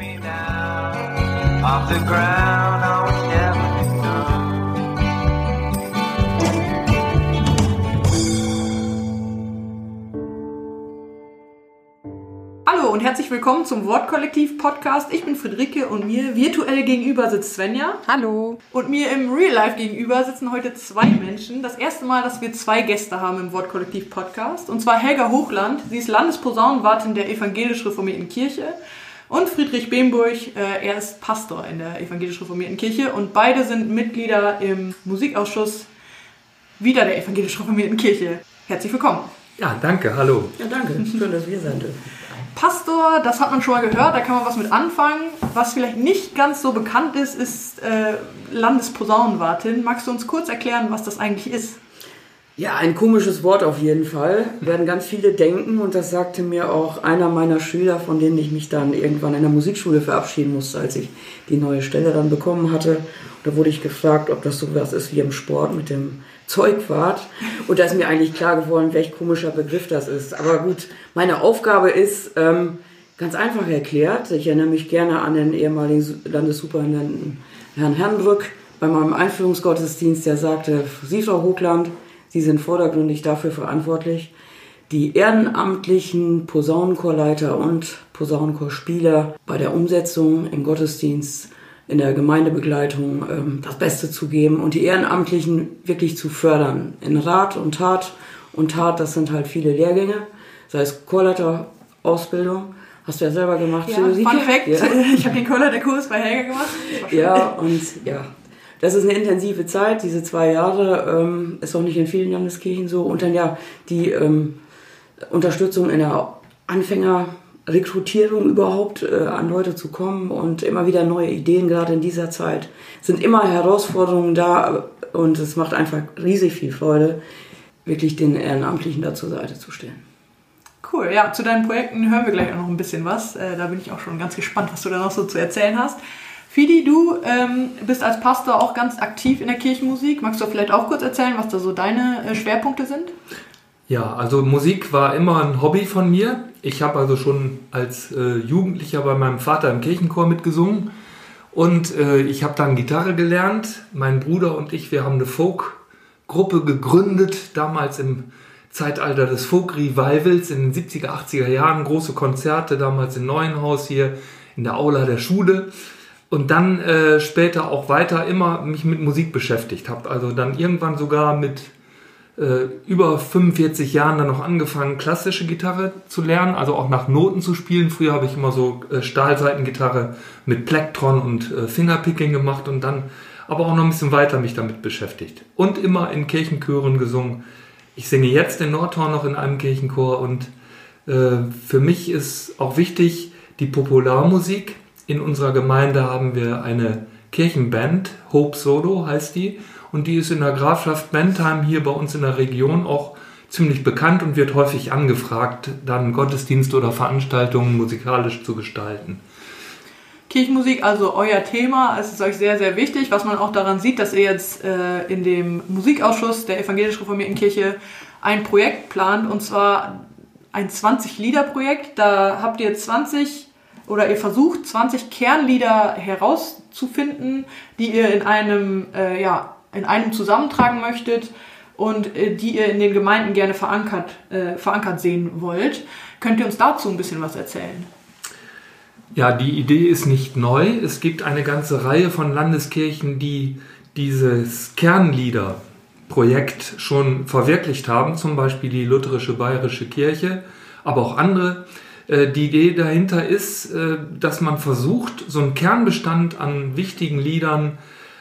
me down off the ground, I was never enough. Hallo und herzlich willkommen zum Wortkollektiv-Podcast. Ich bin Friederike und mir virtuell gegenüber sitzt Svenja. Hallo. Und mir im Real Life gegenüber sitzen heute zwei Menschen. Das erste Mal, dass wir zwei Gäste haben im Wortkollektiv-Podcast. Und zwar Helga Hochland. Sie ist Landesposaunenwartin der evangelisch-reformierten Kirche. Und Friedrich Bemburg, er ist Pastor in der evangelisch-reformierten Kirche. Und beide sind Mitglieder im Musikausschuss wieder der evangelisch-reformierten Kirche. Herzlich willkommen. Ja, danke, hallo. Ja, danke. Schön, dass wir sein dürfen. Pastor, das hat man schon mal gehört, da kann man was mit anfangen. Was vielleicht nicht ganz so bekannt ist, ist Landesposaunenwartin. Magst du uns kurz erklären, was das eigentlich ist? Ja, ein komisches Wort auf jeden Fall. Werden ganz viele denken, und das sagte mir auch einer meiner Schüler, von denen ich mich dann irgendwann in der Musikschule verabschieden musste, als ich die neue Stelle dann bekommen hatte. Da wurde ich gefragt, ob das so was ist wie im Sport mit dem Zeugwart. Und da ist mir eigentlich klar geworden, welch komischer Begriff das ist. Aber gut, meine Aufgabe ist ganz einfach erklärt. Ich erinnere mich gerne an den ehemaligen Landessuperintendenten Herrn Herrenbrück bei meinem Einführungsgottesdienst, der sagte: Sie, Frau Hochland, Sie sind vordergründig dafür verantwortlich, die ehrenamtlichen Posaunenchorleiter und Posaunenchorspieler bei der Umsetzung im Gottesdienst, in der Gemeindebegleitung das Beste zu geben und die Ehrenamtlichen wirklich zu fördern. In Rat und Tat. Und Tat, das sind halt viele Lehrgänge, sei es Chorleiterausbildung. Hast du ja selber gemacht. Ja, Fun Fact, ja. Ich habe den Chorleiterkurs bei Helga gemacht. Ja, und ja, das ist eine intensive Zeit, diese 2 Jahre, ist auch nicht in vielen Landeskirchen so. Und dann ja die Unterstützung in der Anfängerrekrutierung überhaupt, an Leute zu kommen und immer wieder neue Ideen, gerade in dieser Zeit. Es sind immer Herausforderungen da und es macht einfach riesig viel Freude, wirklich den Ehrenamtlichen da zur Seite zu stehen. Cool, ja, zu deinen Projekten hören wir gleich auch noch ein bisschen was. Da bin ich auch schon ganz gespannt, was du da noch so zu erzählen hast. Fidi, du bist als Pastor auch ganz aktiv in der Kirchenmusik. Magst du vielleicht auch kurz erzählen, was da so deine Schwerpunkte sind? Ja, also Musik war immer ein Hobby von mir. Ich habe also schon als Jugendlicher bei meinem Vater im Kirchenchor mitgesungen. Und ich habe dann Gitarre gelernt. Mein Bruder und ich, wir haben eine Folkgruppe gegründet, damals im Zeitalter des Folk-Revivals in den 70er, 80er Jahren. Große Konzerte, damals im Neuenhaus hier in der Aula der Schule. Und dann später auch weiter immer mich mit Musik beschäftigt. Habe also dann irgendwann sogar mit über 45 Jahren dann noch angefangen, klassische Gitarre zu lernen, also auch nach Noten zu spielen. Früher habe ich immer so Stahlsaitengitarre mit Plektron und Fingerpicking gemacht und dann aber auch noch ein bisschen weiter mich damit beschäftigt. Und immer in Kirchenchören gesungen. Ich singe jetzt in Nordhorn noch in einem Kirchenchor und für mich ist auch wichtig die Popularmusik. In unserer Gemeinde haben wir eine Kirchenband, Hope Solo heißt die, und die ist in der Grafschaft Bentheim hier bei uns in der Region auch ziemlich bekannt und wird häufig angefragt, dann Gottesdienste oder Veranstaltungen musikalisch zu gestalten. Kirchenmusik, also euer Thema, es ist euch sehr, sehr wichtig, was man auch daran sieht, dass ihr jetzt in dem Musikausschuss der evangelisch-reformierten Kirche ein Projekt plant, und zwar ein 20-Lieder-Projekt. Da habt ihr ihr versucht 20 Kernlieder herauszufinden, die ihr in einem zusammentragen möchtet und die ihr in den Gemeinden gerne verankert sehen wollt. Könnt ihr uns dazu ein bisschen was erzählen? Ja, die Idee ist nicht neu. Es gibt eine ganze Reihe von Landeskirchen, die dieses Kernliederprojekt schon verwirklicht haben, zum Beispiel die Lutherische Bayerische Kirche, aber auch andere. Die Idee dahinter ist, dass man versucht, so einen Kernbestand an wichtigen Liedern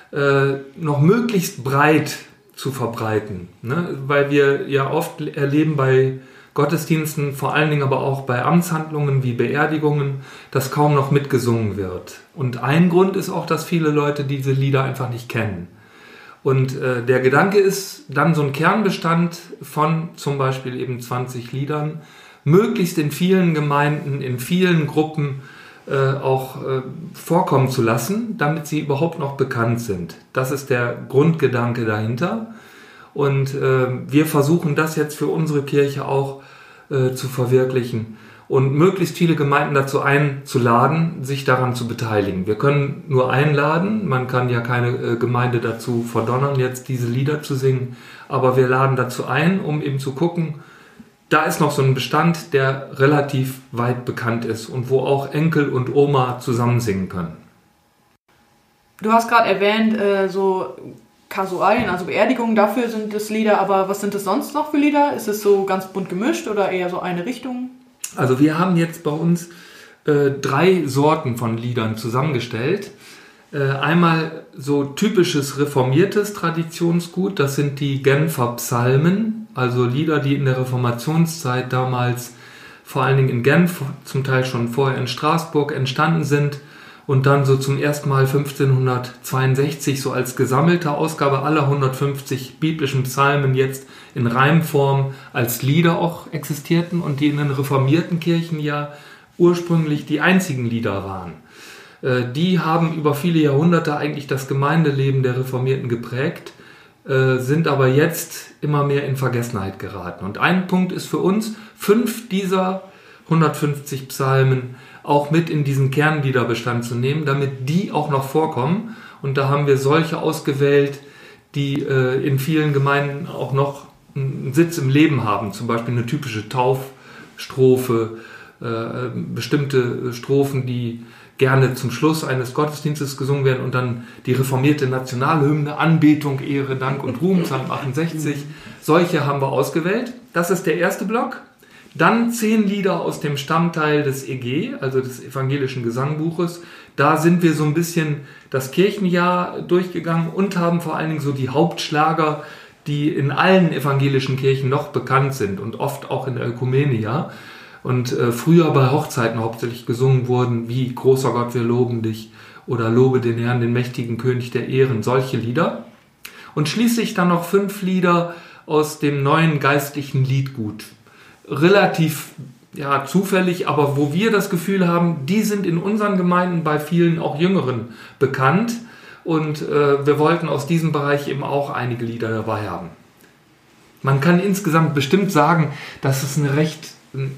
noch möglichst breit zu verbreiten. Ne? Weil wir ja oft erleben bei Gottesdiensten, vor allen Dingen aber auch bei Amtshandlungen wie Beerdigungen, dass kaum noch mitgesungen wird. Und ein Grund ist auch, dass viele Leute diese Lieder einfach nicht kennen. Und der Gedanke ist, dann so einen Kernbestand von zum Beispiel eben 20 Liedern möglichst in vielen Gemeinden, in vielen Gruppen auch vorkommen zu lassen, damit sie überhaupt noch bekannt sind. Das ist der Grundgedanke dahinter. Und wir versuchen das jetzt für unsere Kirche auch zu verwirklichen. und möglichst viele Gemeinden dazu einzuladen, sich daran zu beteiligen. Wir können nur einladen, man kann ja keine Gemeinde dazu verdonnern, jetzt diese Lieder zu singen, aber wir laden dazu ein, um eben zu gucken, da ist noch so ein Bestand, der relativ weit bekannt ist und wo auch Enkel und Oma zusammen singen können. Du hast gerade erwähnt, so Kasualien, also Beerdigungen, dafür sind es Lieder, aber was sind es sonst noch für Lieder? Ist es so ganz bunt gemischt oder eher so eine Richtung? Also wir haben jetzt bei uns 3 Sorten von Liedern zusammengestellt. Einmal so typisches reformiertes Traditionsgut, das sind die Genfer Psalmen, also Lieder, die in der Reformationszeit damals vor allen Dingen in Genf, zum Teil schon vorher in Straßburg entstanden sind und dann so zum ersten Mal 1562 so als gesammelte Ausgabe aller 150 biblischen Psalmen jetzt in Reimform als Lieder auch existierten und die in den reformierten Kirchen ja ursprünglich die einzigen Lieder waren. Die haben über viele Jahrhunderte eigentlich das Gemeindeleben der Reformierten geprägt, sind aber jetzt immer mehr in Vergessenheit geraten. Und ein Punkt ist für uns, 5 dieser 150 Psalmen auch mit in diesen Kernliederbestand zu nehmen, damit die auch noch vorkommen. Und da haben wir solche ausgewählt, die in vielen Gemeinden auch noch einen Sitz im Leben haben. Zum Beispiel eine typische Taufstrophe, bestimmte Strophen, die gerne zum Schluss eines Gottesdienstes gesungen werden und dann die reformierte Nationalhymne, Anbetung, Ehre, Dank und Ruhm, Psalm 68. Solche haben wir ausgewählt. Das ist der erste Block. Dann 10 Lieder aus dem Stammteil des EG, also des evangelischen Gesangbuches. Da sind wir so ein bisschen das Kirchenjahr durchgegangen und haben vor allen Dingen so die Hauptschlager, die in allen evangelischen Kirchen noch bekannt sind und oft auch in der Ökumene, ja. Und früher bei Hochzeiten hauptsächlich gesungen wurden, wie Großer Gott, wir loben dich oder Lobe den Herrn, den mächtigen König der Ehren, solche Lieder. Und schließlich dann noch 5 Lieder aus dem neuen geistlichen Liedgut. Relativ zufällig, aber wo wir das Gefühl haben, die sind in unseren Gemeinden bei vielen auch Jüngeren bekannt und wir wollten aus diesem Bereich eben auch einige Lieder dabei haben. Man kann insgesamt bestimmt sagen, dass es eine recht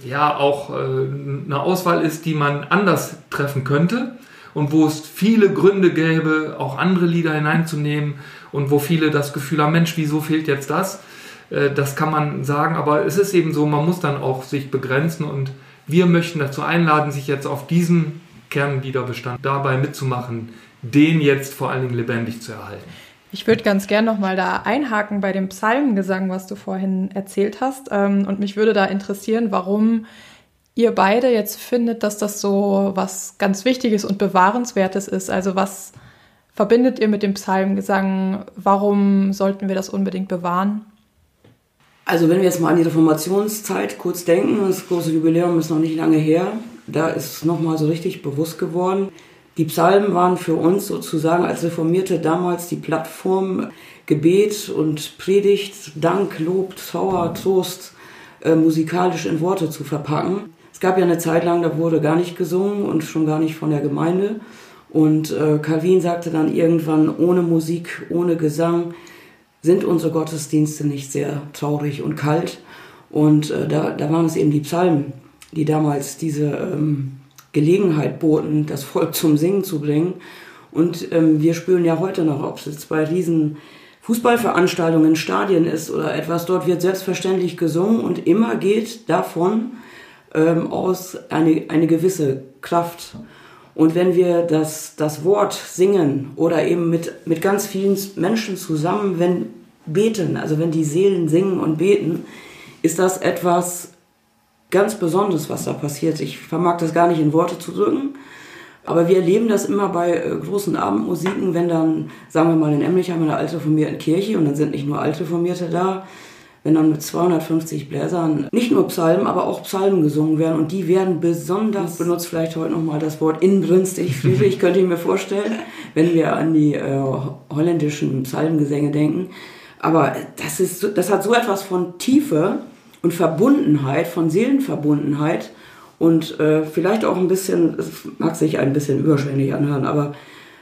eine Auswahl ist, die man anders treffen könnte und wo es viele Gründe gäbe, auch andere Lieder hineinzunehmen und wo viele das Gefühl haben, Mensch, wieso fehlt jetzt das? Das kann man sagen, aber es ist eben so, man muss dann auch sich begrenzen und wir möchten dazu einladen, sich jetzt auf diesen Kernliederbestand dabei mitzumachen, den jetzt vor allen Dingen lebendig zu erhalten. Ich würde ganz gern nochmal da einhaken bei dem Psalmengesang, was du vorhin erzählt hast. Und mich würde da interessieren, warum ihr beide jetzt findet, dass das so was ganz Wichtiges und Bewahrenswertes ist. Also was verbindet ihr mit dem Psalmengesang? Warum sollten wir das unbedingt bewahren? Also wenn wir jetzt mal an die Reformationszeit kurz denken, das große Jubiläum ist noch nicht lange her, da ist es nochmal so richtig bewusst geworden. Die Psalmen waren für uns sozusagen als Reformierte damals die Plattform, Gebet und Predigt, Dank, Lob, Trauer, Trost musikalisch in Worte zu verpacken. Es gab ja eine Zeit lang, da wurde gar nicht gesungen und schon gar nicht von der Gemeinde. Und Calvin sagte dann irgendwann, ohne Musik, ohne Gesang sind unsere Gottesdienste nicht sehr traurig und kalt. Und da waren es eben die Psalmen, die damals diese Gelegenheit boten, das Volk zum Singen zu bringen. Und wir spüren ja heute noch, ob es jetzt bei riesen Fußballveranstaltungen in Stadien ist oder etwas, dort wird selbstverständlich gesungen und immer geht davon aus eine gewisse Kraft. Und wenn wir das Wort singen oder eben mit ganz vielen Menschen zusammen beten, also wenn die Seelen singen und beten, ist das etwas ganz Besonderes, was da passiert. Ich vermag das gar nicht in Worte zu drücken, aber wir erleben das immer bei großen Abendmusiken, wenn dann, sagen wir mal in Emlich haben wir eine altreformierte Kirche und dann sind nicht nur altreformierte da, wenn dann mit 250 Bläsern nicht nur Psalmen, aber auch Psalmen gesungen werden und die werden besonders, benutzt vielleicht heute nochmal das Wort inbrünstig, friedlich, könnte ich mir vorstellen, wenn wir an die holländischen Psalmengesänge denken. Aber das hat so etwas von Tiefe und Verbundenheit, von Seelenverbundenheit und vielleicht auch ein bisschen, es mag sich ein bisschen überschwänglich anhören, aber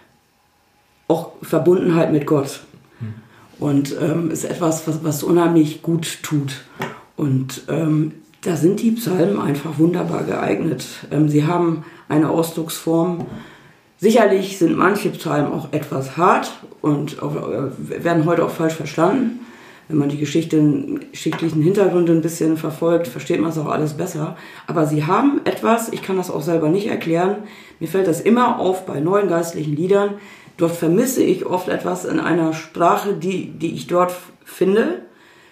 auch Verbundenheit mit Gott. Und ist etwas, was unheimlich gut tut. Und Da sind die Psalmen einfach wunderbar geeignet. Sie haben eine Ausdrucksform. Sicherlich sind manche Psalmen auch etwas hart und werden heute auch falsch verstanden. Wenn man die geschichtlichen Hintergründe ein bisschen verfolgt, versteht man es auch alles besser. Aber sie haben etwas, ich kann das auch selber nicht erklären, mir fällt das immer auf bei neuen geistlichen Liedern. Dort vermisse ich oft etwas in einer Sprache, die ich dort finde.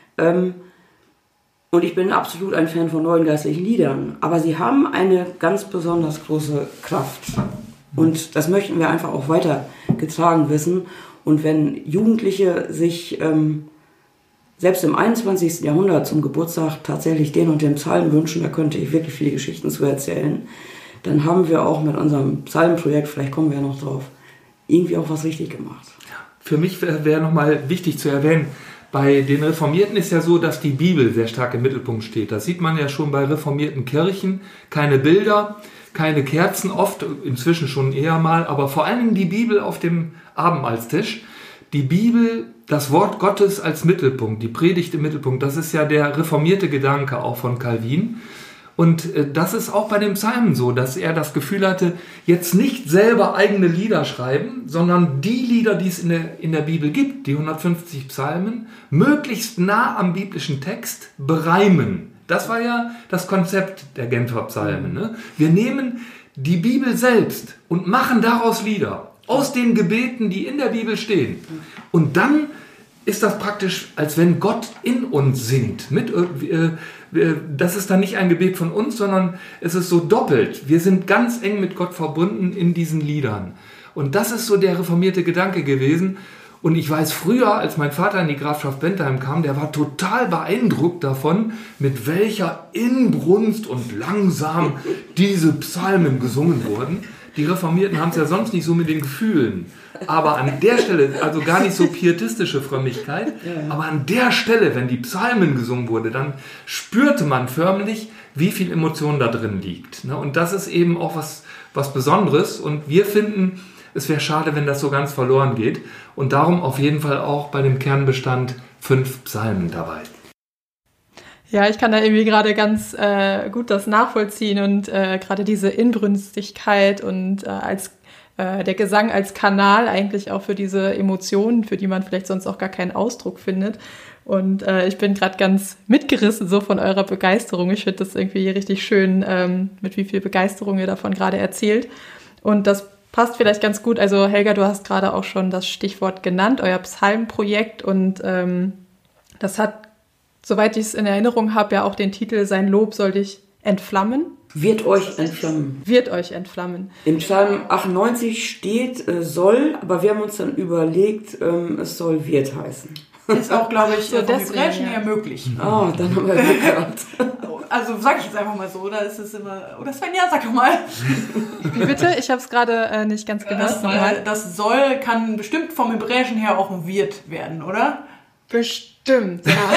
Und ich bin absolut ein Fan von neuen geistlichen Liedern. Aber sie haben eine ganz besonders große Kraft. Und das möchten wir einfach auch weitergetragen wissen. Und wenn Jugendliche sich selbst im 21. Jahrhundert zum Geburtstag tatsächlich den und den Psalm wünschen, da könnte ich wirklich viele Geschichten zu erzählen, dann haben wir auch mit unserem Psalmenprojekt, vielleicht kommen wir ja noch drauf, irgendwie auch was richtig gemacht. Für mich wäre nochmal wichtig zu erwähnen, bei den Reformierten ist ja so, dass die Bibel sehr stark im Mittelpunkt steht. Das sieht man ja schon bei reformierten Kirchen. Keine Bilder, keine Kerzen, oft inzwischen schon eher mal, aber vor allen Dingen die Bibel auf dem Abendmahlstisch. Die Bibel, das Wort Gottes als Mittelpunkt, die Predigt im Mittelpunkt, das ist ja der reformierte Gedanke auch von Calvin. Und das ist auch bei dem Psalmen so, dass er das Gefühl hatte, jetzt nicht selber eigene Lieder schreiben, sondern die Lieder, die es in der Bibel gibt, die 150 Psalmen, möglichst nah am biblischen Text bereimen. Das war ja das Konzept der Genfer Psalmen. Ne? Wir nehmen die Bibel selbst und machen daraus Lieder, aus den Gebeten, die in der Bibel stehen. Und dann ist das praktisch, als wenn Gott in uns singt. Das ist dann nicht ein Gebet von uns, sondern es ist so doppelt. Wir sind ganz eng mit Gott verbunden in diesen Liedern. Und das ist so der reformierte Gedanke gewesen. Und ich weiß, früher, als mein Vater in die Grafschaft Bentheim kam, der war total beeindruckt davon, mit welcher Inbrunst und langsam diese Psalmen gesungen wurden. Die Reformierten haben es ja sonst nicht so mit den Gefühlen. Aber an der Stelle, also gar nicht so pietistische Frömmigkeit, aber an der Stelle, wenn die Psalmen gesungen wurde, dann spürte man förmlich, wie viel Emotion da drin liegt. Und das ist eben auch was Besonderes. Und wir finden, es wäre schade, wenn das so ganz verloren geht. Und darum auf jeden Fall auch bei dem Kernbestand 5 Psalmen dabei. Ja, ich kann da irgendwie gerade ganz gut das nachvollziehen und gerade diese Inbrünstigkeit und der Gesang als Kanal eigentlich auch für diese Emotionen, für die man vielleicht sonst auch gar keinen Ausdruck findet. Und ich bin gerade ganz mitgerissen so von eurer Begeisterung. Ich finde das irgendwie richtig schön, mit wie viel Begeisterung ihr davon gerade erzählt. Und das passt vielleicht ganz gut. Also Helga, du hast gerade auch schon das Stichwort genannt, euer Psalmprojekt. Und das hat, soweit ich es in Erinnerung habe, ja auch den Titel Sein Lob soll dich entflammen. Wird euch entflammen. Wird euch entflammen. Im Psalm 98 steht soll, aber wir haben uns dann überlegt, es soll wird heißen. Ist auch, glaube ich, So vom deswegen, Hebräischen ja. her möglich. Ah, dann haben wir Glück gehabt. Also sag ich jetzt einfach mal so, oder ist es immer... Oder Svenja, sag doch mal. Wie bitte? Ich habe es gerade nicht ganz gehört. Das soll kann bestimmt vom Hebräischen her auch ein wird werden, oder? Bestimmt, ja.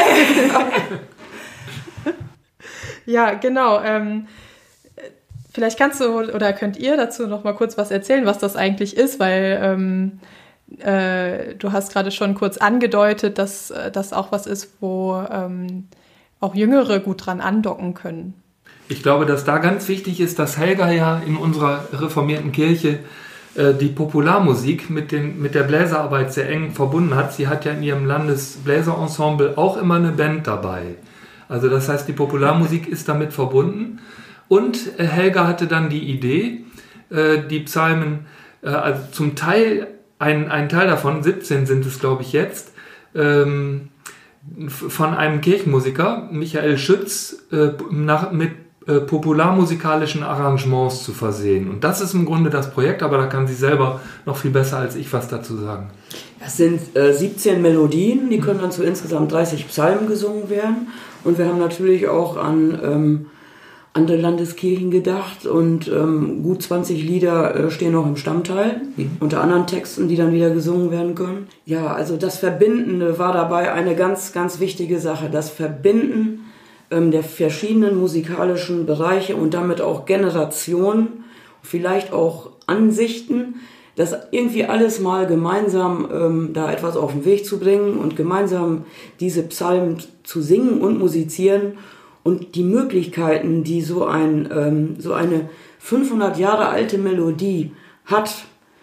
Ja, genau. Vielleicht kannst du oder könnt ihr dazu noch mal kurz was erzählen, was das eigentlich ist, weil du hast gerade schon kurz angedeutet, dass das auch was ist, wo auch Jüngere gut dran andocken können. Ich glaube, dass da ganz wichtig ist, dass Helga ja in unserer reformierten Kirche die Popularmusik mit der Bläserarbeit sehr eng verbunden hat. Sie hat ja in ihrem Landesbläserensemble auch immer eine Band dabei. Also das heißt, die Popularmusik ist damit verbunden. Und Helga hatte dann die Idee, die Psalmen, also zum Teil, ein Teil davon, 17 sind es glaube ich jetzt, von einem Kirchenmusiker, Michael Schütz, mit popularmusikalischen Arrangements zu versehen. Und das ist im Grunde das Projekt, aber da kann sie selber noch viel besser als ich was dazu sagen. Das sind 17 Melodien, die können dann zu insgesamt 30 Psalmen gesungen werden. Und wir haben natürlich auch an andere Landeskirchen gedacht und gut 20 Lieder stehen noch im Stammteil, unter anderen Texten, die dann wieder gesungen werden können. Ja, also das Verbindende war dabei eine ganz, ganz wichtige Sache. Das Verbinden der verschiedenen musikalischen Bereiche und damit auch Generationen, vielleicht auch Ansichten, das irgendwie alles mal gemeinsam da etwas auf den Weg zu bringen und gemeinsam diese Psalmen zu singen und musizieren und die Möglichkeiten, die so eine 500 Jahre alte Melodie hat,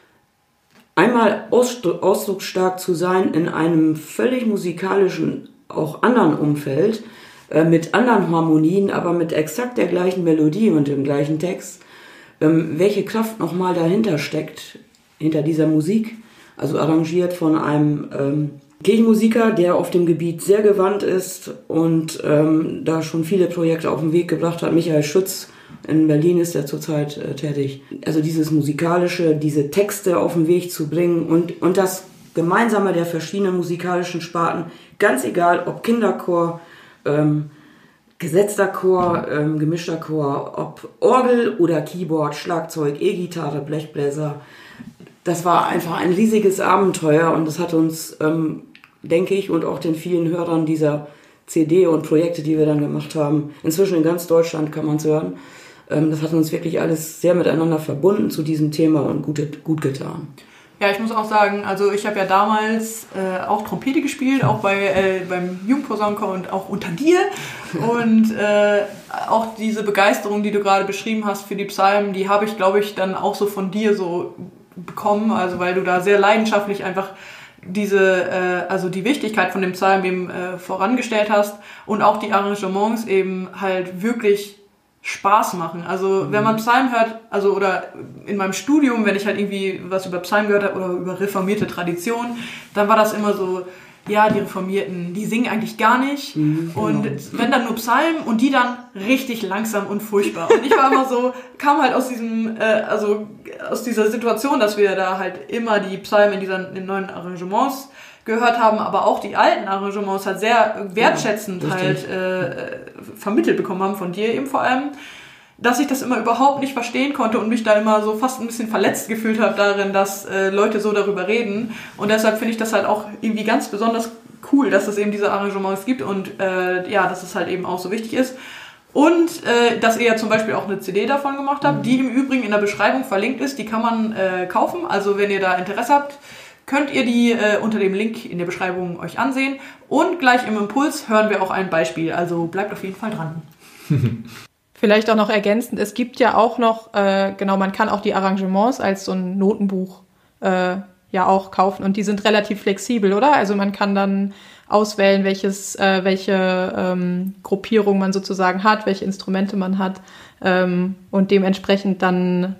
einmal ausdrucksstark zu sein in einem völlig musikalischen, auch anderen Umfeld, mit anderen Harmonien, aber mit exakt der gleichen Melodie und dem gleichen Text, welche Kraft nochmal dahinter steckt, hinter dieser Musik, also arrangiert von einem Kirchenmusiker, der auf dem Gebiet sehr gewandt ist und da schon viele Projekte auf den Weg gebracht hat. Michael Schütz in Berlin ist er zurzeit tätig. Also dieses Musikalische, diese Texte auf den Weg zu bringen und das Gemeinsame der verschiedenen musikalischen Sparten, ganz egal ob Kinderchor, gesetzter Chor, gemischter Chor, ob Orgel oder Keyboard, Schlagzeug, E-Gitarre, Blechbläser. Das war einfach ein riesiges Abenteuer und das hat uns, denke ich, und auch den vielen Hörern dieser CD und Projekte, die wir dann gemacht haben, inzwischen in ganz Deutschland kann man es hören, das hat uns wirklich alles sehr miteinander verbunden zu diesem Thema und gut getan. Ja, ich muss auch sagen, also ich habe ja damals auch Trompete gespielt, auch beim Jugendposaunenchor und auch unter dir. Und auch diese Begeisterung, die du gerade beschrieben hast für die Psalmen, die habe ich, glaube ich, dann auch so von dir so bekommen. Also weil du da sehr leidenschaftlich einfach also die Wichtigkeit von dem Psalm eben vorangestellt hast und auch die Arrangements eben halt wirklich Spaß machen. Also wenn man Psalmen hört, also oder in meinem Studium, wenn ich halt irgendwie was über Psalmen gehört habe oder über reformierte Tradition, dann war das immer so, ja, die Reformierten, die singen eigentlich gar nicht. Und wenn dann nur Psalmen und die dann richtig langsam und furchtbar. Und ich war immer so, kam halt aus aus dieser Situation, dass wir da halt immer die Psalmen in neuen Arrangements gehört haben, aber auch die alten Arrangements halt sehr wertschätzend vermittelt bekommen haben, von dir eben vor allem, dass ich das immer überhaupt nicht verstehen konnte und mich da immer so fast ein bisschen verletzt gefühlt habe darin, dass Leute so darüber reden. Und deshalb finde ich das halt auch irgendwie ganz besonders cool, dass es eben diese Arrangements gibt und dass es halt eben auch so wichtig ist. Und dass ihr ja zum Beispiel auch eine CD davon gemacht habt, die im Übrigen in der Beschreibung verlinkt ist, die kann man kaufen. Also wenn ihr da Interesse habt, könnt ihr die unter dem Link in der Beschreibung euch ansehen. Und gleich im Impuls hören wir auch ein Beispiel. Also bleibt auf jeden Fall dran. Vielleicht auch noch ergänzend, es gibt ja auch noch, man kann auch die Arrangements als so ein Notenbuch ja auch kaufen. Und die sind relativ flexibel, oder? Also man kann dann auswählen, welche Gruppierung man sozusagen hat, welche Instrumente man hat und dementsprechend dann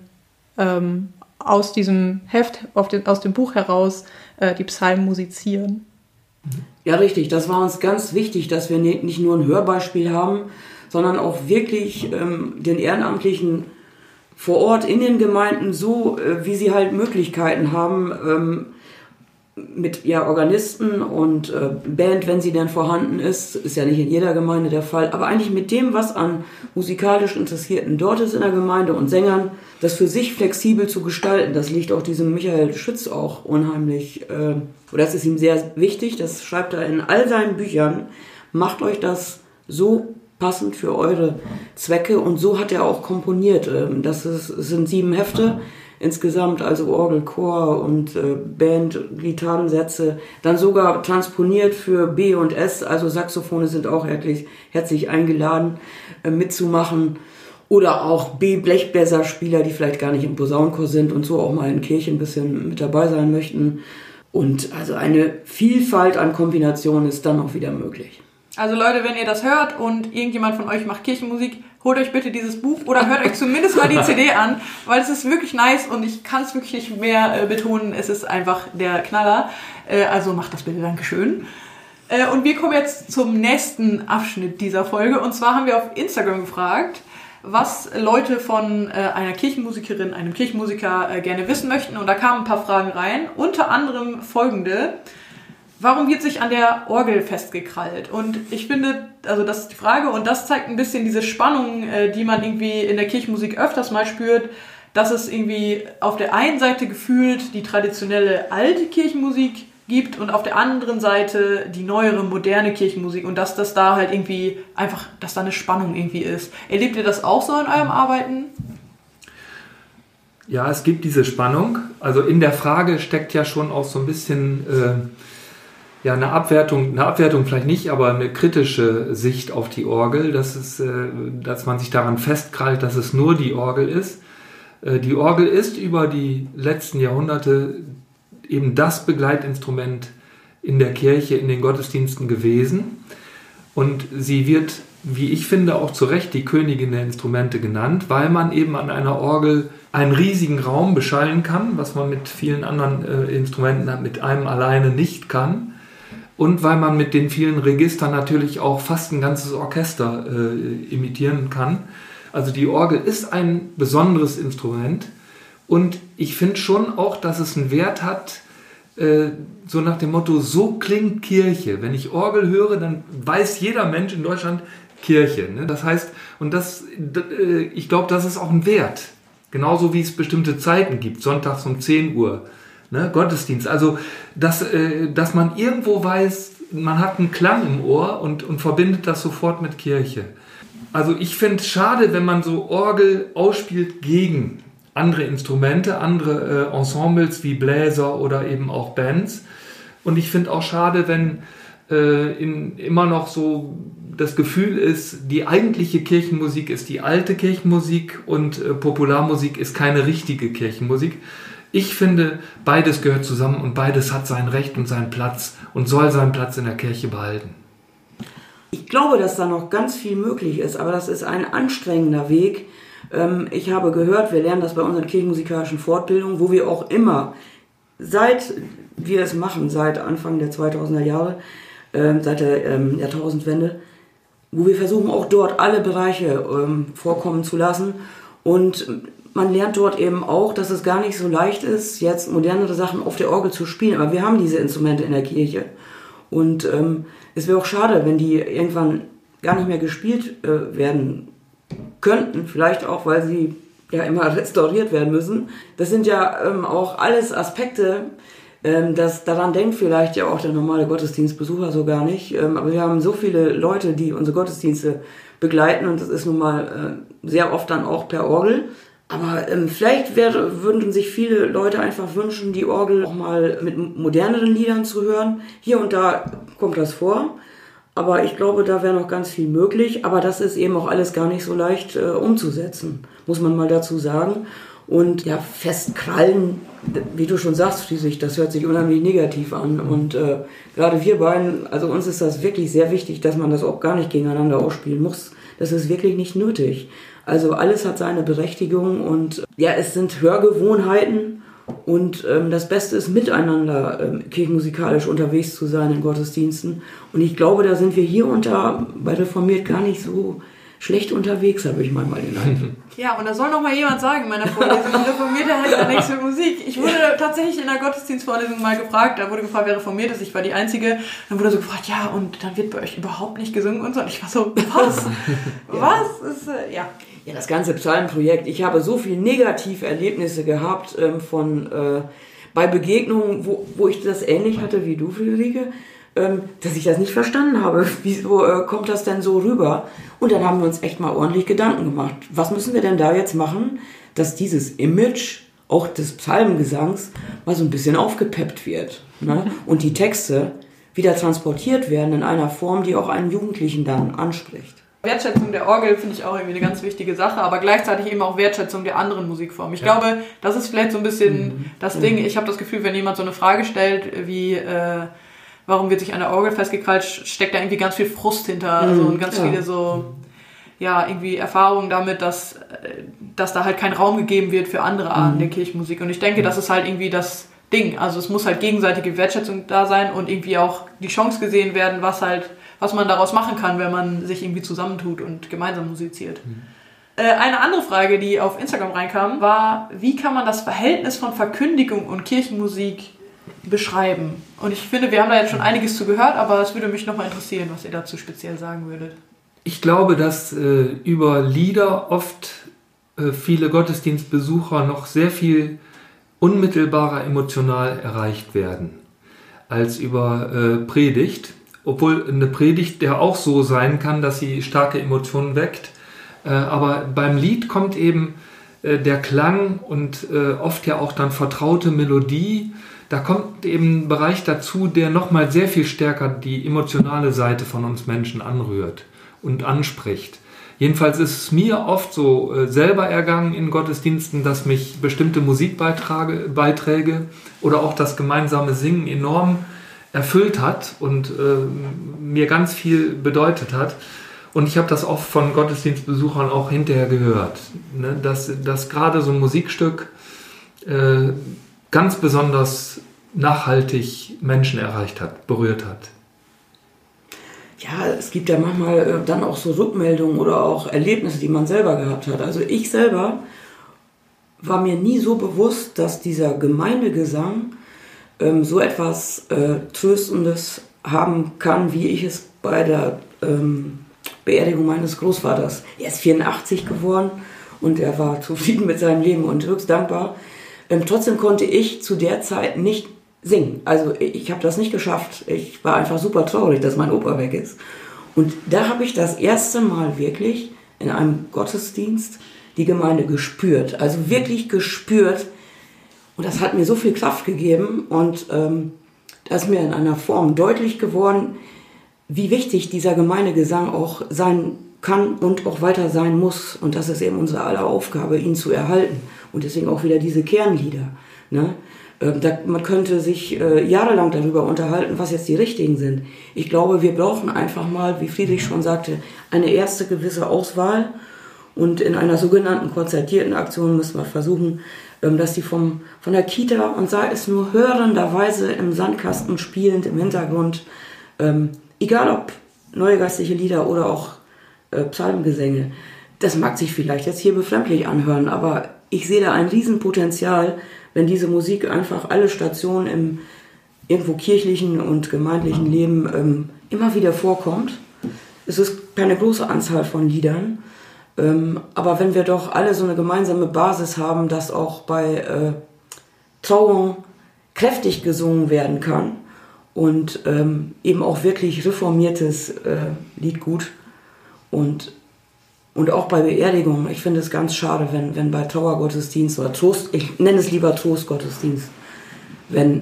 aus diesem Heft, aus dem Buch heraus die Psalmen musizieren. Ja, richtig. Das war uns ganz wichtig, dass wir nicht nur ein Hörbeispiel haben, sondern auch wirklich den Ehrenamtlichen vor Ort in den Gemeinden so, wie sie halt Möglichkeiten haben, mit Organisten und Band, wenn sie denn vorhanden ist ja nicht in jeder Gemeinde der Fall, aber eigentlich mit dem, was an musikalisch Interessierten dort ist in der Gemeinde und Sängern, das für sich flexibel zu gestalten, das liegt auch diesem Michael Schütz auch unheimlich, oder das ist ihm sehr wichtig, das schreibt er in all seinen Büchern, macht euch das so passend für eure Zwecke und so hat er auch komponiert. Es sind 7 Hefte, insgesamt, also Orgel, Chor und Band, Gitarrensätze, dann sogar transponiert für B und S, also Saxophone sind auch herzlich eingeladen mitzumachen oder auch B-Blechbläserspieler, die vielleicht gar nicht im Posaunenchor sind und so auch mal in Kirche ein bisschen mit dabei sein möchten und also eine Vielfalt an Kombinationen ist dann auch wieder möglich. Also Leute, wenn ihr das hört und irgendjemand von euch macht Kirchenmusik, holt euch bitte dieses Buch oder hört euch zumindest mal die CD an, weil es ist wirklich nice und ich kann es wirklich nicht mehr betonen, es ist einfach der Knaller. Also macht das bitte, Dankeschön. Und wir kommen jetzt zum nächsten Abschnitt dieser Folge und zwar haben wir auf Instagram gefragt, was Leute von einer Kirchenmusikerin, einem Kirchenmusiker gerne wissen möchten und da kamen ein paar Fragen rein, unter anderem folgende. Warum wird sich an der Orgel festgekrallt? Und ich finde, also das ist die Frage und das zeigt ein bisschen diese Spannung, die man irgendwie in der Kirchenmusik öfters mal spürt, dass es irgendwie auf der einen Seite gefühlt die traditionelle alte Kirchenmusik gibt und auf der anderen Seite die neuere, moderne Kirchenmusik und dass das da halt irgendwie einfach, dass da eine Spannung irgendwie ist. Erlebt ihr das auch so in eurem Arbeiten? Ja, es gibt diese Spannung. Also in der Frage steckt ja schon auch so ein bisschen ja, eine Abwertung vielleicht nicht, aber eine kritische Sicht auf die Orgel, dass man sich daran festkrallt, dass es nur die Orgel ist. Die Orgel ist über die letzten Jahrhunderte eben das Begleitinstrument in der Kirche, in den Gottesdiensten gewesen. Und sie wird, wie ich finde, auch zu Recht die Königin der Instrumente genannt, weil man eben an einer Orgel einen riesigen Raum beschallen kann, was man mit vielen anderen Instrumenten mit einem alleine nicht kann. Und weil man mit den vielen Registern natürlich auch fast ein ganzes Orchester imitieren kann. Also die Orgel ist ein besonderes Instrument. Und ich finde schon auch, dass es einen Wert hat, so nach dem Motto, so klingt Kirche. Wenn ich Orgel höre, dann weiß jeder Mensch in Deutschland Kirche. Ne? Das heißt, ich glaube, das ist auch ein Wert. Genauso wie es bestimmte Zeiten gibt, sonntags um 10 Uhr. Ne, Gottesdienst, also dass man irgendwo weiß, man hat einen Klang im Ohr und verbindet das sofort mit Kirche. Also ich finde es schade, wenn man so Orgel ausspielt gegen andere Instrumente, andere Ensembles wie Bläser oder eben auch Bands. Und ich finde auch schade, wenn immer noch so das Gefühl ist, die eigentliche Kirchenmusik ist die alte Kirchenmusik und Popularmusik ist keine richtige Kirchenmusik. Ich finde, beides gehört zusammen und beides hat sein Recht und seinen Platz und soll seinen Platz in der Kirche behalten. Ich glaube, dass da noch ganz viel möglich ist, aber das ist ein anstrengender Weg. Ich habe gehört, wir lernen das bei unseren kirchenmusikalischen Fortbildungen, wo wir auch immer, seit wir es machen, seit Anfang der 2000er Jahre, seit der Jahrtausendwende, wo wir versuchen, auch dort alle Bereiche vorkommen zu lassen. Und man lernt dort eben auch, dass es gar nicht so leicht ist, jetzt modernere Sachen auf der Orgel zu spielen. Aber wir haben diese Instrumente in der Kirche. Und es wäre auch schade, wenn die irgendwann gar nicht mehr gespielt werden könnten. Vielleicht auch, weil sie ja immer restauriert werden müssen. Das sind ja auch alles Aspekte, daran denkt vielleicht ja auch der normale Gottesdienstbesucher so gar nicht. Aber wir haben so viele Leute, die unsere Gottesdienste begleiten. Und das ist nun mal sehr oft dann auch per Orgel. Aber vielleicht würden sich viele Leute einfach wünschen, die Orgel auch mal mit moderneren Liedern zu hören. Hier und da kommt das vor. Aber ich glaube, da wäre noch ganz viel möglich. Aber das ist eben auch alles gar nicht so leicht umzusetzen, muss man mal dazu sagen. Und ja, festkrallen, wie du schon sagst, Friedrich, das hört sich unheimlich negativ an. Und gerade wir beiden, also uns ist das wirklich sehr wichtig, dass man das auch gar nicht gegeneinander ausspielen muss. Das ist wirklich nicht nötig. Also alles hat seine Berechtigung und ja, es sind Hörgewohnheiten und das Beste ist miteinander kirchenmusikalisch unterwegs zu sein in Gottesdiensten. Und ich glaube, da sind wir hier und da bei Reformiert gar nicht so schlecht unterwegs, habe ich manchmal den Eindruck. Ja, und da soll noch mal jemand sagen in meiner Vorlesung, Reformierte hat ja nichts mit Musik. Ich wurde tatsächlich in der Gottesdienstvorlesung mal gefragt, da wurde gefragt, wer reformiert ist, ich war die Einzige. Dann wurde so gefragt, ja, und dann wird bei euch überhaupt nicht gesungen und so. Und ich war so, was? Was ist, ja. Ja, das ganze Psalmenprojekt, ich habe so viele Negativerlebnisse gehabt bei Begegnungen, wo ich das ähnlich hatte wie du, Friederike, dass ich das nicht verstanden habe. Wieso kommt das denn so rüber? Und dann haben wir uns echt mal ordentlich Gedanken gemacht. Was müssen wir denn da jetzt machen, dass dieses Image auch des Psalmengesangs mal so ein bisschen aufgepeppt wird, ne? Und die Texte wieder transportiert werden in einer Form, die auch einen Jugendlichen dann anspricht. Wertschätzung der Orgel finde ich auch irgendwie eine ganz wichtige Sache, aber gleichzeitig eben auch Wertschätzung der anderen Musikformen. Ich glaube, das ist vielleicht so ein bisschen das Ding. Ich habe das Gefühl, wenn jemand so eine Frage stellt, wie warum wird sich an der Orgel festgekrallt, steckt da irgendwie ganz viel Frust hinter, also und ganz viele so, ja, irgendwie Erfahrungen damit, dass da halt kein Raum gegeben wird für andere Arten der Kirchenmusik. Und ich denke, das ist halt irgendwie das Ding. Also es muss halt gegenseitige Wertschätzung da sein und irgendwie auch die Chance gesehen werden, was man daraus machen kann, wenn man sich irgendwie zusammentut und gemeinsam musiziert. Eine andere Frage, die auf Instagram reinkam, war, wie kann man das Verhältnis von Verkündigung und Kirchenmusik beschreiben? Und ich finde, wir haben da jetzt schon einiges zu gehört, aber es würde mich nochmal interessieren, was ihr dazu speziell sagen würdet. Ich glaube, dass über Lieder oft viele Gottesdienstbesucher noch sehr viel unmittelbarer emotional erreicht werden als über Predigt. Obwohl eine Predigt ja auch so sein kann, dass sie starke Emotionen weckt. Aber beim Lied kommt eben der Klang und oft ja auch dann vertraute Melodie. Da kommt eben ein Bereich dazu, der nochmal sehr viel stärker die emotionale Seite von uns Menschen anrührt und anspricht. Jedenfalls ist es mir oft so selber ergangen in Gottesdiensten, dass mich bestimmte Musikbeiträge oder auch das gemeinsame Singen enorm erfüllt hat und mir ganz viel bedeutet hat. Und ich habe das oft von Gottesdienstbesuchern auch hinterher gehört, ne? Dass gerade so ein Musikstück ganz besonders nachhaltig Menschen erreicht hat, berührt hat. Ja, es gibt ja manchmal dann auch so Rückmeldungen oder auch Erlebnisse, die man selber gehabt hat. Also ich selber war mir nie so bewusst, dass dieser Gemeindegesang so etwas Tröstendes haben kann, wie ich es bei der Beerdigung meines Großvaters. Er ist 84 geworden und er war zufrieden mit seinem Leben und höchst dankbar. Trotzdem konnte ich zu der Zeit nicht singen. Also ich habe das nicht geschafft. Ich war einfach super traurig, dass mein Opa weg ist. Und da habe ich das erste Mal wirklich in einem Gottesdienst die Gemeinde gespürt. Also wirklich gespürt. Und das hat mir so viel Kraft gegeben und das ist mir in einer Form deutlich geworden, wie wichtig dieser Gemeindegesang auch sein kann und auch weiter sein muss. Und das ist eben unsere aller Aufgabe, ihn zu erhalten. Und deswegen auch wieder diese Kernlieder. Ne? Man könnte sich jahrelang darüber unterhalten, was jetzt die richtigen sind. Ich glaube, wir brauchen einfach mal, wie Friedrich schon sagte, eine erste gewisse Auswahl. Und in einer sogenannten konzertierten Aktion müssen wir versuchen, dass die von der Kita, und sei es nur hörenderweise im Sandkasten spielend im Hintergrund, egal ob neue geistliche Lieder oder auch Psalmgesänge, das mag sich vielleicht jetzt hier befremdlich anhören, aber ich sehe da ein Riesenpotenzial, wenn diese Musik einfach alle Stationen im irgendwo kirchlichen und gemeindlichen Leben immer wieder vorkommt. Es ist keine große Anzahl von Liedern, aber wenn wir doch alle so eine gemeinsame Basis haben, dass auch bei Trauung kräftig gesungen werden kann und eben auch wirklich reformiertes Liedgut und auch bei Beerdigungen. Ich finde es ganz schade, wenn bei Trauergottesdienst oder Trost, ich nenne es lieber Trostgottesdienst, wenn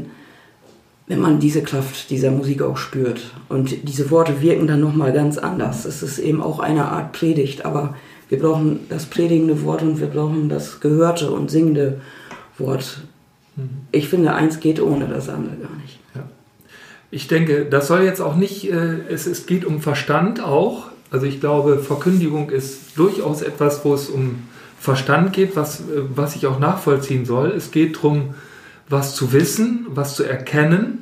man diese Kraft dieser Musik auch spürt. Und diese Worte wirken dann nochmal ganz anders. Es ist eben auch eine Art Predigt, aber wir brauchen das predigende Wort und wir brauchen das gehörte und singende Wort. Ich finde, eins geht ohne das andere gar nicht. Ja. Ich denke, das soll jetzt auch nicht, es geht um Verstand auch. Also ich glaube, Verkündigung ist durchaus etwas, wo es um Verstand geht, was ich auch nachvollziehen soll. Es geht darum, was zu wissen, was zu erkennen,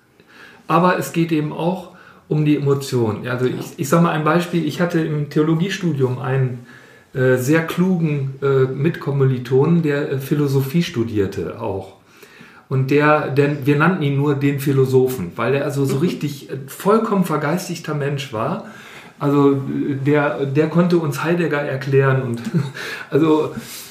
aber es geht eben auch um die Emotionen. Also ich sage mal ein Beispiel, ich hatte im Theologiestudium einen sehr klugen Mitkommilitonen, der Philosophie studierte auch. Und wir nannten ihn nur den Philosophen, weil er also so richtig vollkommen vergeistigter Mensch war. Also der konnte uns Heidegger erklären und also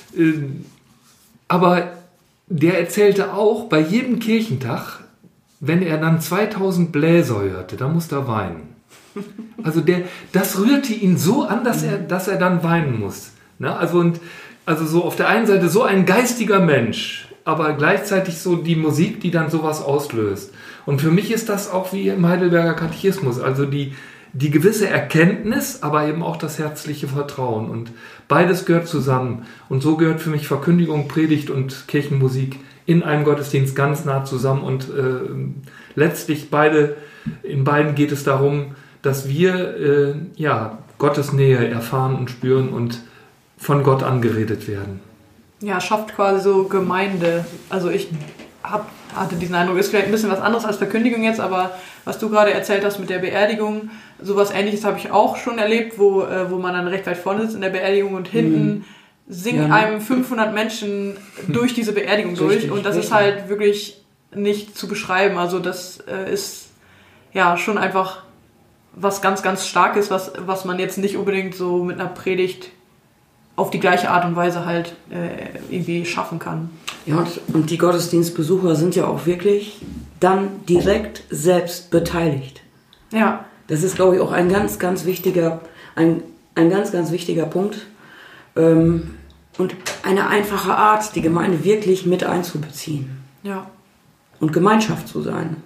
aber der erzählte auch bei jedem Kirchentag, wenn er dann 2000 Bläser hörte, da musste er weinen. Also das rührte ihn so an, dass er dann weinen muss. Ne? Also so auf der einen Seite so ein geistiger Mensch, aber gleichzeitig so die Musik, die dann sowas auslöst. Und für mich ist das auch wie im Heidelberger Katechismus, also die gewisse Erkenntnis, aber eben auch das herzliche Vertrauen. Und beides gehört zusammen. Und so gehört für mich Verkündigung, Predigt und Kirchenmusik in einem Gottesdienst ganz nah zusammen. Und letztlich in beiden geht es darum, dass wir Gottes Nähe erfahren und spüren und von Gott angeredet werden. Ja, schafft quasi so Gemeinde. Also ich hatte diesen Eindruck, ist vielleicht ein bisschen was anderes als Verkündigung jetzt, aber was du gerade erzählt hast mit der Beerdigung, sowas Ähnliches habe ich auch schon erlebt, wo man dann recht weit vorne sitzt in der Beerdigung und hinten singen einem 500 Menschen durch diese Beerdigung durch und das ist halt wirklich nicht zu beschreiben. Also das ist ja schon einfach was ganz, ganz Starkes, was man jetzt nicht unbedingt so mit einer Predigt auf die gleiche Art und Weise halt irgendwie schaffen kann. Ja, und die Gottesdienstbesucher sind ja auch wirklich dann direkt selbst beteiligt. Ja. Das ist, glaube ich, auch ein ganz, ganz wichtiger Punkt. und eine einfache Art, die Gemeinde wirklich mit einzubeziehen. Ja. Und Gemeinschaft zu sein.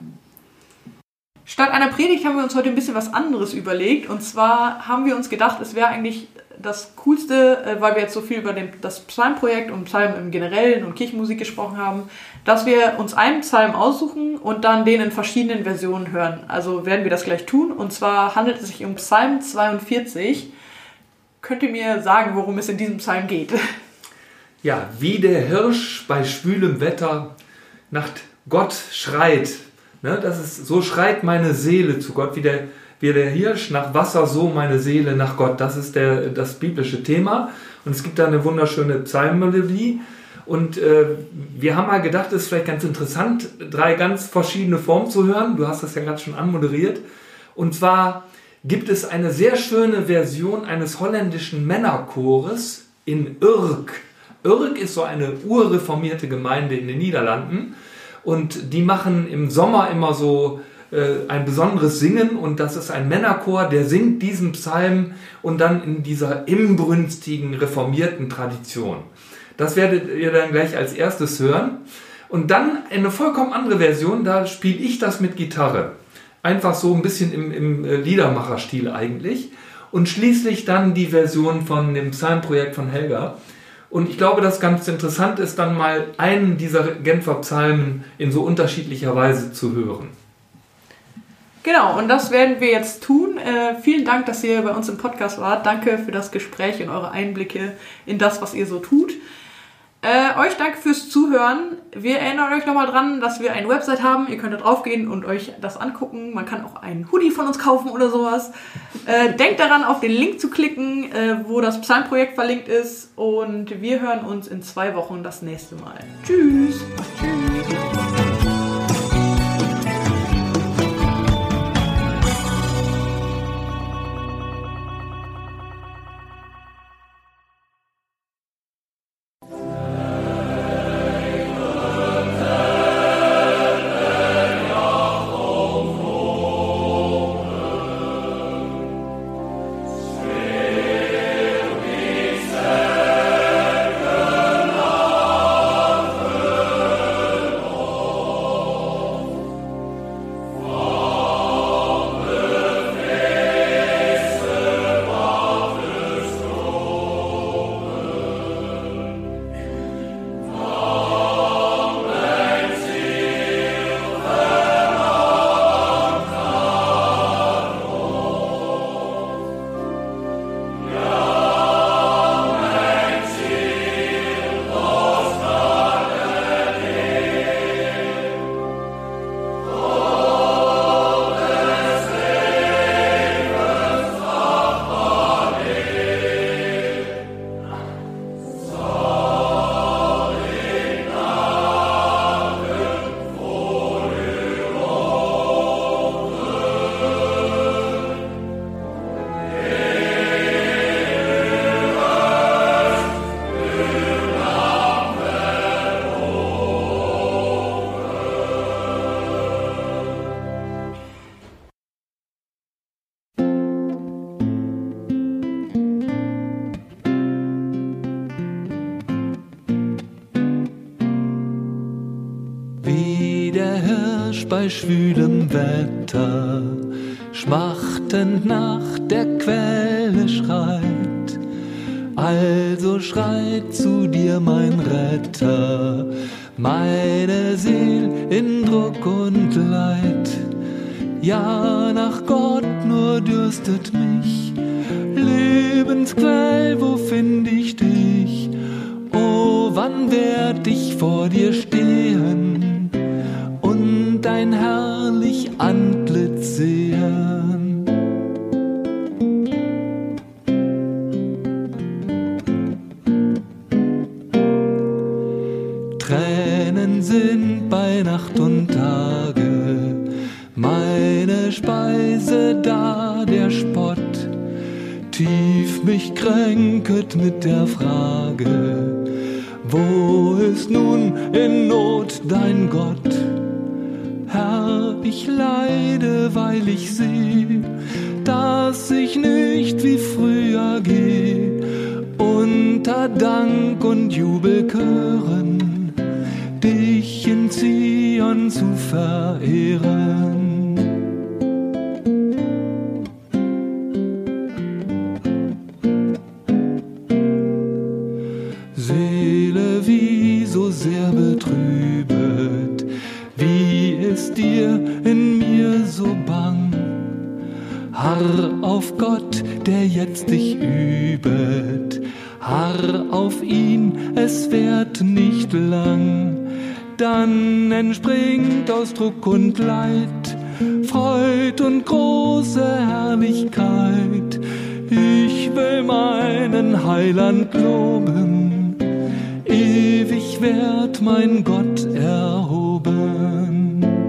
Statt einer Predigt haben wir uns heute ein bisschen was anderes überlegt. Und zwar haben wir uns gedacht, es wäre eigentlich das Coolste, weil wir jetzt so viel über das Psalmprojekt und Psalmen im Generellen und Kirchenmusik gesprochen haben, dass wir uns einen Psalm aussuchen und dann den in verschiedenen Versionen hören. Also werden wir das gleich tun. Und zwar handelt es sich um Psalm 42. Könnt ihr mir sagen, worum es in diesem Psalm geht? Ja, wie der Hirsch bei schwülem Wetter nach Gott schreit. Ne, so schreit meine Seele zu Gott, wie der Hirsch nach Wasser, so meine Seele nach Gott. Das ist das biblische Thema. Und es gibt da eine wunderschöne Psalmmelodie. Und wir haben mal gedacht, es ist vielleicht ganz interessant, 3 ganz verschiedene Formen zu hören. Du hast das ja gerade schon anmoderiert. Und zwar gibt es eine sehr schöne Version eines holländischen Männerchores in Urk. Urk ist so eine urreformierte Gemeinde in den Niederlanden. Und die machen im Sommer immer so ein besonderes Singen. Und das ist ein Männerchor, der singt diesen Psalm und dann in dieser inbrünstigen, reformierten Tradition. Das werdet ihr dann gleich als erstes hören. Und dann eine vollkommen andere Version, da spiele ich das mit Gitarre. Einfach so ein bisschen im Liedermacherstil eigentlich. Und schließlich dann die Version von dem Psalmprojekt von Helga. Und ich glaube, dass ganz interessant ist, dann mal einen dieser Genfer Psalmen in so unterschiedlicher Weise zu hören. Genau, und das werden wir jetzt tun. Vielen Dank, dass ihr bei uns im Podcast wart. Danke für das Gespräch und eure Einblicke in das, was ihr so tut. Euch danke fürs Zuhören. Wir erinnern euch nochmal dran, dass wir eine Website haben. Ihr könnt da drauf gehen und euch das angucken. Man kann auch einen Hoodie von uns kaufen oder sowas. Denkt daran, auf den Link zu klicken, wo das Psalmprojekt verlinkt ist. Und wir hören uns in 2 Wochen das nächste Mal. Tschüss. Tschüss. Bei schwülem Wetter, schmachtend nach der Quelle schreit. Also schreit zu dir, mein Retter, meine Seel in Druck und Leid. Ja, nach Gott nur dürstet mich, Lebensquell, wo find ich dich? Oh, wann werd ich vor dir stehen? Dein herrlich Antlitz sehen. Tränen sind bei Nacht und Tage, meine Speise da der Spott. Tief mich kränket mit der Frage, wo ist nun in Not dein Gott? Herr, ich leide, weil ich seh, dass ich nicht wie früher geh und unter Dank und Jubelchören dich in Zion zu verehren. Seele, wie so sehr betrübet, wie ist dir in mir so bang? Harr auf Gott, der jetzt dich übet, harr auf ihn, es währt nicht lang. Dann entspringt aus Druck und Leid Freud und große Herrlichkeit. Ich will meinen Heiland loben, ewig werd mein Gott erhoben.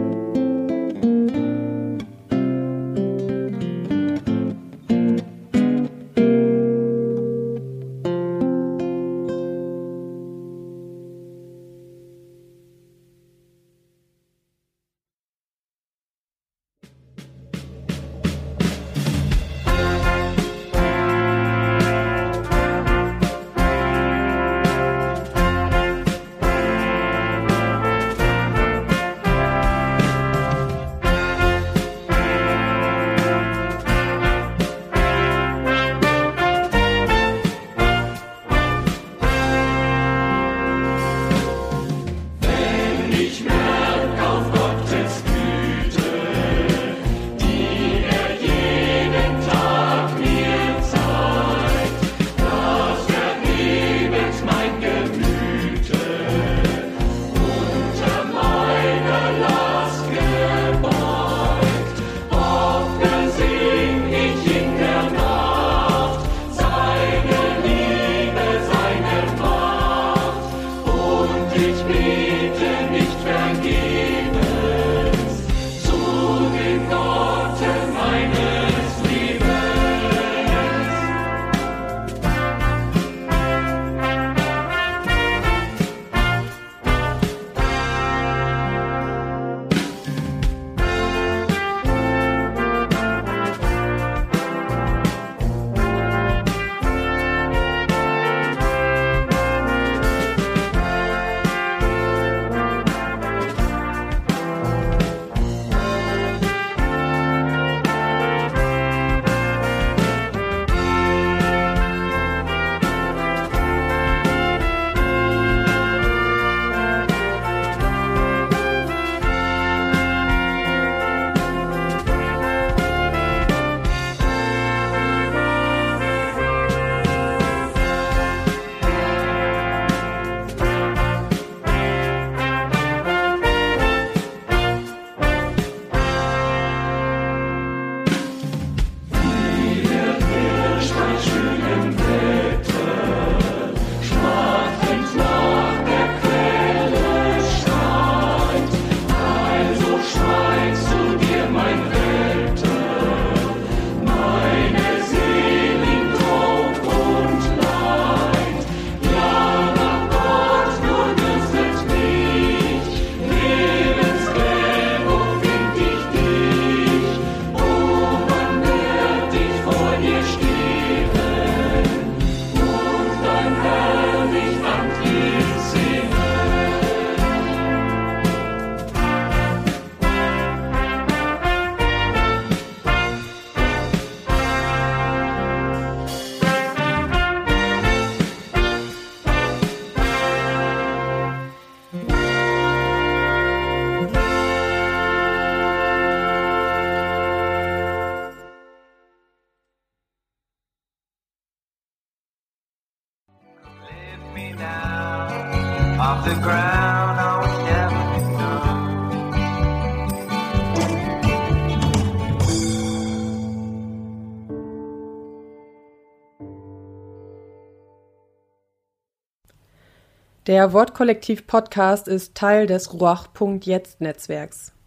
Off the ground, I was never Der Wortkollektiv-Podcast ist Teil des Ruach.Jetzt-Netzwerks.